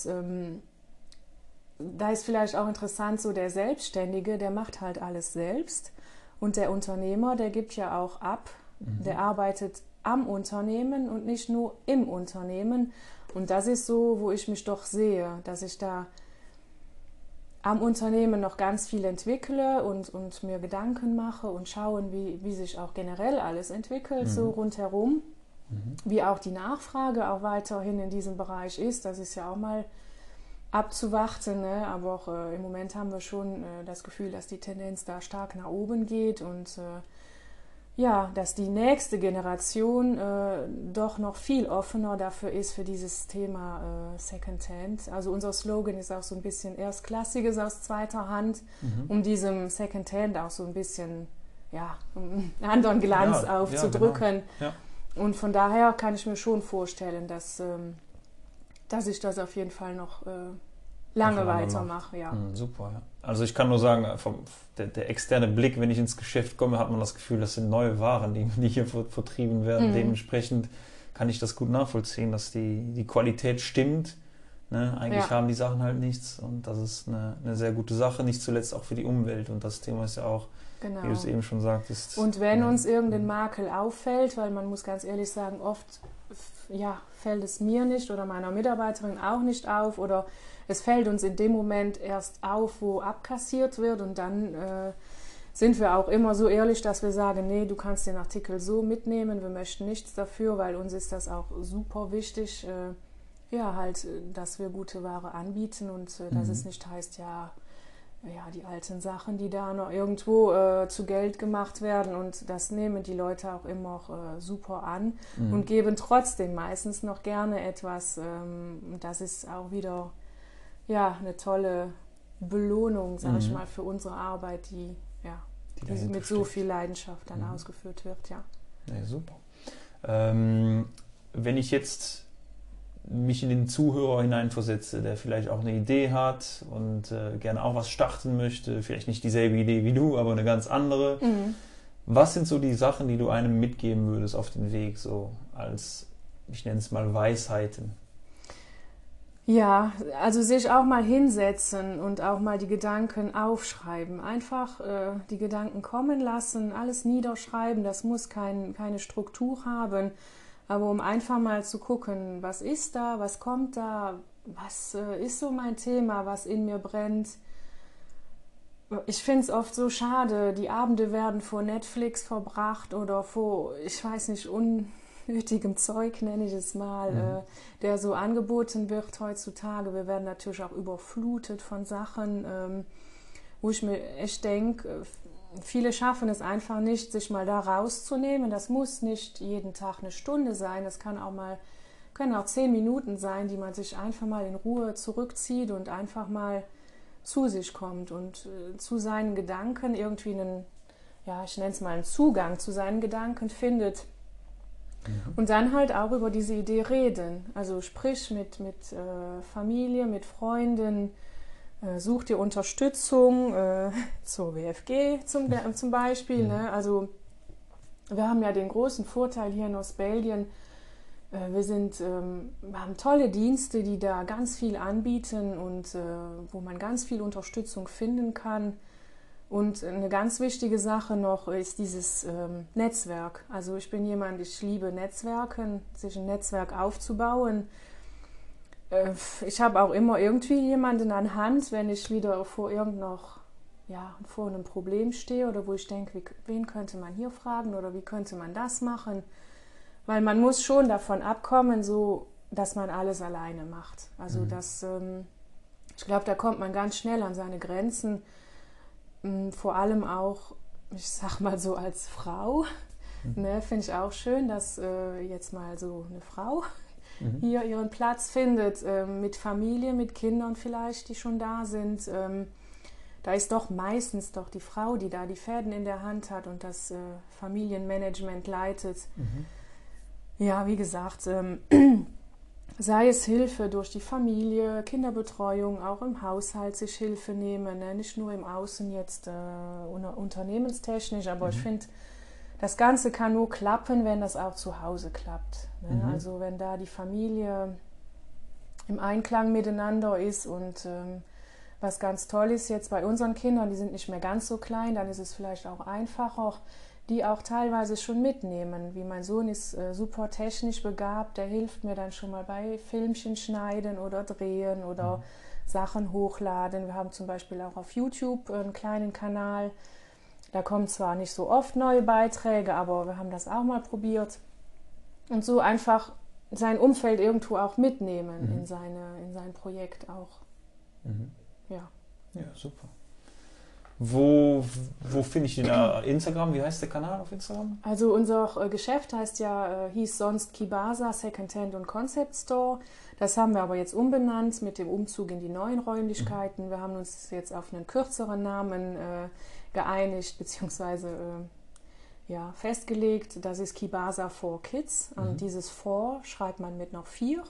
da ist vielleicht auch interessant, so der Selbstständige, der macht halt alles selbst. Und der Unternehmer, der gibt ja auch ab, der arbeitet am Unternehmen und nicht nur im Unternehmen. Und das ist so, wo ich mich doch sehe, dass ich da am Unternehmen noch ganz viel entwickle und mir Gedanken mache und schauen, wie sich auch generell alles entwickelt, so rundherum. Wie auch die Nachfrage auch weiterhin in diesem Bereich ist. Das ist ja auch mal abzuwarten, ne? Aber auch im Moment haben wir schon das Gefühl, dass die Tendenz da stark nach oben geht und dass die nächste Generation doch noch viel offener dafür ist für dieses Thema Secondhand. Also unser Slogan ist auch so ein bisschen Erstklassiges aus zweiter Hand, um diesem Secondhand auch so ein bisschen einen anderen Glanz aufzudrücken. Genau. Ja. Und von daher kann ich mir schon vorstellen, dass ich das auf jeden Fall noch lange weitermache. Ja. Super, ja. Also ich kann nur sagen, der externe Blick, wenn ich ins Geschäft komme, hat man das Gefühl, das sind neue Waren, die hier vertrieben werden. Dementsprechend kann ich das gut nachvollziehen, dass die Qualität stimmt. Ne? Eigentlich haben die Sachen halt nichts und das ist eine sehr gute Sache, nicht zuletzt auch für die Umwelt und das Thema ist ja auch, wie du es eben schon sagtest. Und wenn uns irgendein Makel auffällt, weil man muss ganz ehrlich sagen, oft fällt es mir nicht oder meiner Mitarbeiterin auch nicht auf oder es fällt uns in dem Moment erst auf, wo abkassiert wird und dann sind wir auch immer so ehrlich, dass wir sagen, nee, du kannst den Artikel so mitnehmen, wir möchten nichts dafür, weil uns ist das auch super wichtig, dass wir gute Ware anbieten und dass es nicht heißt, die alten Sachen, die da noch irgendwo zu Geld gemacht werden und das nehmen die Leute auch immer super an und geben trotzdem meistens noch gerne etwas. Das ist auch wieder eine tolle Belohnung, sage ich mal, für unsere Arbeit, die mit so viel Leidenschaft dann ausgeführt wird. Ja, super. Wenn ich jetzt mich in den Zuhörer hineinversetze, der vielleicht auch eine Idee hat und gerne auch was starten möchte, vielleicht nicht dieselbe Idee wie du, aber eine ganz andere. Was sind so die Sachen, die du einem mitgeben würdest auf den Weg, so als, ich nenne es mal, Weisheiten? Ja, also sich auch mal hinsetzen und auch mal die Gedanken aufschreiben. Einfach die Gedanken kommen lassen, alles niederschreiben, das muss keine Struktur haben. Aber um einfach mal zu gucken, was ist da, was kommt da, was ist so mein Thema, was in mir brennt. Ich finde es oft so schade, die Abende werden vor Netflix verbracht oder vor, ich weiß nicht, unnötigem Zeug, nenne ich es mal, der so angeboten wird heutzutage. Wir werden natürlich auch überflutet von Sachen, wo ich mir echt denke, viele schaffen es einfach nicht, sich mal da rauszunehmen. Das muss nicht jeden Tag eine Stunde sein. Das können auch 10 Minuten sein, die man sich einfach mal in Ruhe zurückzieht und einfach mal zu sich kommt und zu seinen Gedanken irgendwie ich nenne es mal einen Zugang zu seinen Gedanken findet. Und dann halt auch über diese Idee reden. Also sprich mit Familie, mit Freunden, such dir Unterstützung zur WFG zum Beispiel. Ne? Also wir haben ja den großen Vorteil hier in Ostbelgien, wir haben tolle Dienste, die da ganz viel anbieten und wo man ganz viel Unterstützung finden kann. Und eine ganz wichtige Sache noch ist dieses Netzwerk. Also ich bin jemand, ich liebe Netzwerken, sich ein Netzwerk aufzubauen. Ich habe auch immer irgendwie jemanden an Hand, wenn ich wieder vor einem Problem stehe oder wo ich denke, wen könnte man hier fragen oder wie könnte man das machen. Weil man muss schon davon abkommen, so dass man alles alleine macht. Also ich glaube, da kommt man ganz schnell an seine Grenzen. Vor allem auch, ich sag mal so als Frau, finde ich auch schön, dass jetzt mal so eine Frau hier ihren Platz findet, mit Familie, mit Kindern vielleicht, die schon da sind. Da ist doch meistens die Frau, die da die Fäden in der Hand hat und das Familienmanagement leitet. Ja, wie gesagt, sei es Hilfe durch die Familie, Kinderbetreuung, auch im Haushalt sich Hilfe nehmen, ne? Nicht nur im Außen jetzt unternehmenstechnisch, aber ich finde, das Ganze kann nur klappen, wenn das auch zu Hause klappt. Ne? Also wenn da die Familie im Einklang miteinander ist und was ganz toll ist jetzt bei unseren Kindern, die sind nicht mehr ganz so klein, dann ist es vielleicht auch einfacher, die auch teilweise schon mitnehmen. Wie mein Sohn ist super technisch begabt, der hilft mir dann schon mal bei Filmchen schneiden oder drehen oder Sachen hochladen. Wir haben zum Beispiel auch auf YouTube einen kleinen Kanal. Da kommen zwar nicht so oft neue Beiträge, aber wir haben das auch mal probiert. Und so einfach sein Umfeld irgendwo auch mitnehmen in sein Projekt auch. Ja, super. Wo finde ich den? Instagram? Wie heißt der Kanal auf Instagram? Also unser Geschäft hieß sonst Kibasa Secondhand und Concept Store. Das haben wir aber jetzt umbenannt mit dem Umzug in die neuen Räumlichkeiten. Wir haben uns jetzt auf einen kürzeren Namen geeinigt bzw. Festgelegt. Das ist Kibasa for Kids. Und dieses for schreibt man mit noch 4.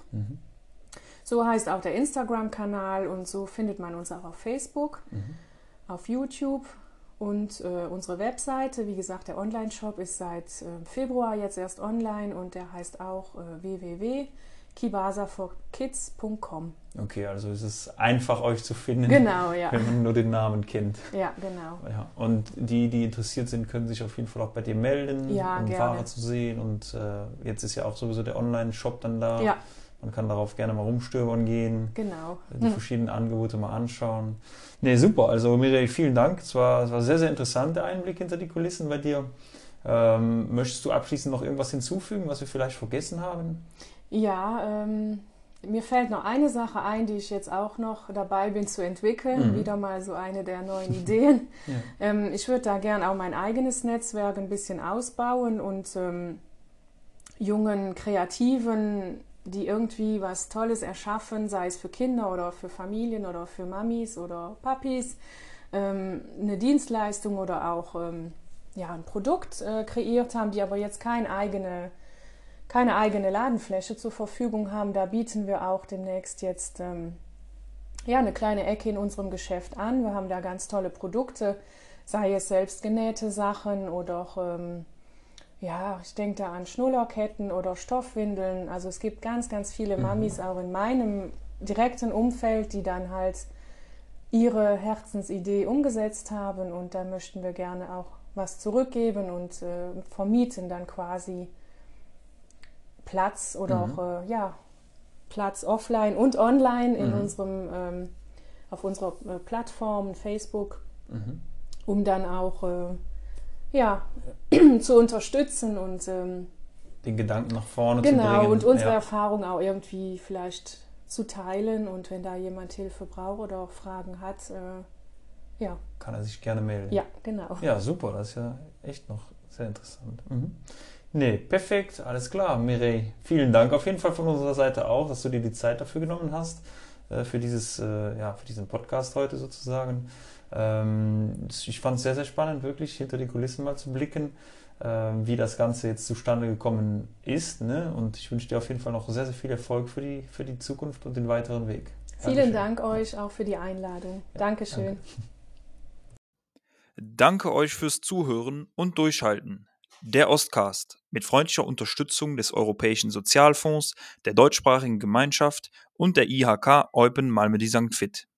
So heißt auch der Instagram-Kanal und so findet man uns auch auf Facebook. Auf YouTube und unsere Webseite, wie gesagt, der Online-Shop ist seit Februar jetzt erst online und der heißt auch kibasaforkids.com. Okay, also es ist einfach, euch zu finden, Genau, ja. wenn man nur den Namen kennt. Ja, genau. Ja, und die interessiert sind, können sich auf jeden Fall auch bei dir melden, Ja, um gerne. Ware zu sehen. Und jetzt ist ja auch sowieso der Online-Shop dann da. Ja, Man kann darauf gerne mal rumstöbern gehen, genau. die verschiedenen Angebote mal anschauen. Nee, super. Also Mireille, vielen Dank. Es war sehr, sehr interessant, der Einblick hinter die Kulissen bei dir. Möchtest du abschließend noch irgendwas hinzufügen, was wir vielleicht vergessen haben? Ja, mir fällt noch eine Sache ein, die ich jetzt auch noch dabei bin zu entwickeln. Wieder mal so eine der neuen Ideen. Ja. Ich würde da gern auch mein eigenes Netzwerk ein bisschen ausbauen und jungen Kreativen, die irgendwie was Tolles erschaffen, sei es für Kinder oder für Familien oder für Mamis oder Papis, eine Dienstleistung oder auch ein Produkt kreiert haben, die aber jetzt keine eigene Ladenfläche zur Verfügung haben. Da bieten wir auch demnächst jetzt eine kleine Ecke in unserem Geschäft an. Wir haben da ganz tolle Produkte, sei es selbstgenähte Sachen oder auch, ich denke da an Schnullerketten oder Stoffwindeln. Also es gibt ganz, ganz viele Mamis auch in meinem direkten Umfeld, die dann halt ihre Herzensidee umgesetzt haben, und da möchten wir gerne auch was zurückgeben und vermieten dann quasi Platz oder auch Platz offline und online in unserem auf unserer Plattform Facebook, um dann auch zu unterstützen und den Gedanken nach vorne zu bringen. Genau, und unsere Erfahrung auch irgendwie vielleicht zu teilen, und wenn da jemand Hilfe braucht oder auch Fragen hat, kann er sich gerne melden. Ja, genau. Ja, super, das ist ja echt noch sehr interessant. Nee, perfekt, alles klar. Mireille, vielen Dank auf jeden Fall von unserer Seite auch, dass du dir die Zeit dafür genommen hast, für diesen Podcast heute sozusagen. Ich fand es sehr, sehr spannend, wirklich hinter die Kulissen mal zu blicken, wie das Ganze jetzt zustande gekommen ist. Ne? Und ich wünsche dir auf jeden Fall noch sehr, sehr viel Erfolg für die Zukunft und den weiteren Weg. Vielen Dank euch auch für die Einladung. Ja, Dankeschön. Danke. Danke euch fürs Zuhören und Durchhalten. Der Ostcast mit freundlicher Unterstützung des Europäischen Sozialfonds, der deutschsprachigen Gemeinschaft und der IHK Eupen Malmedy St. Vith.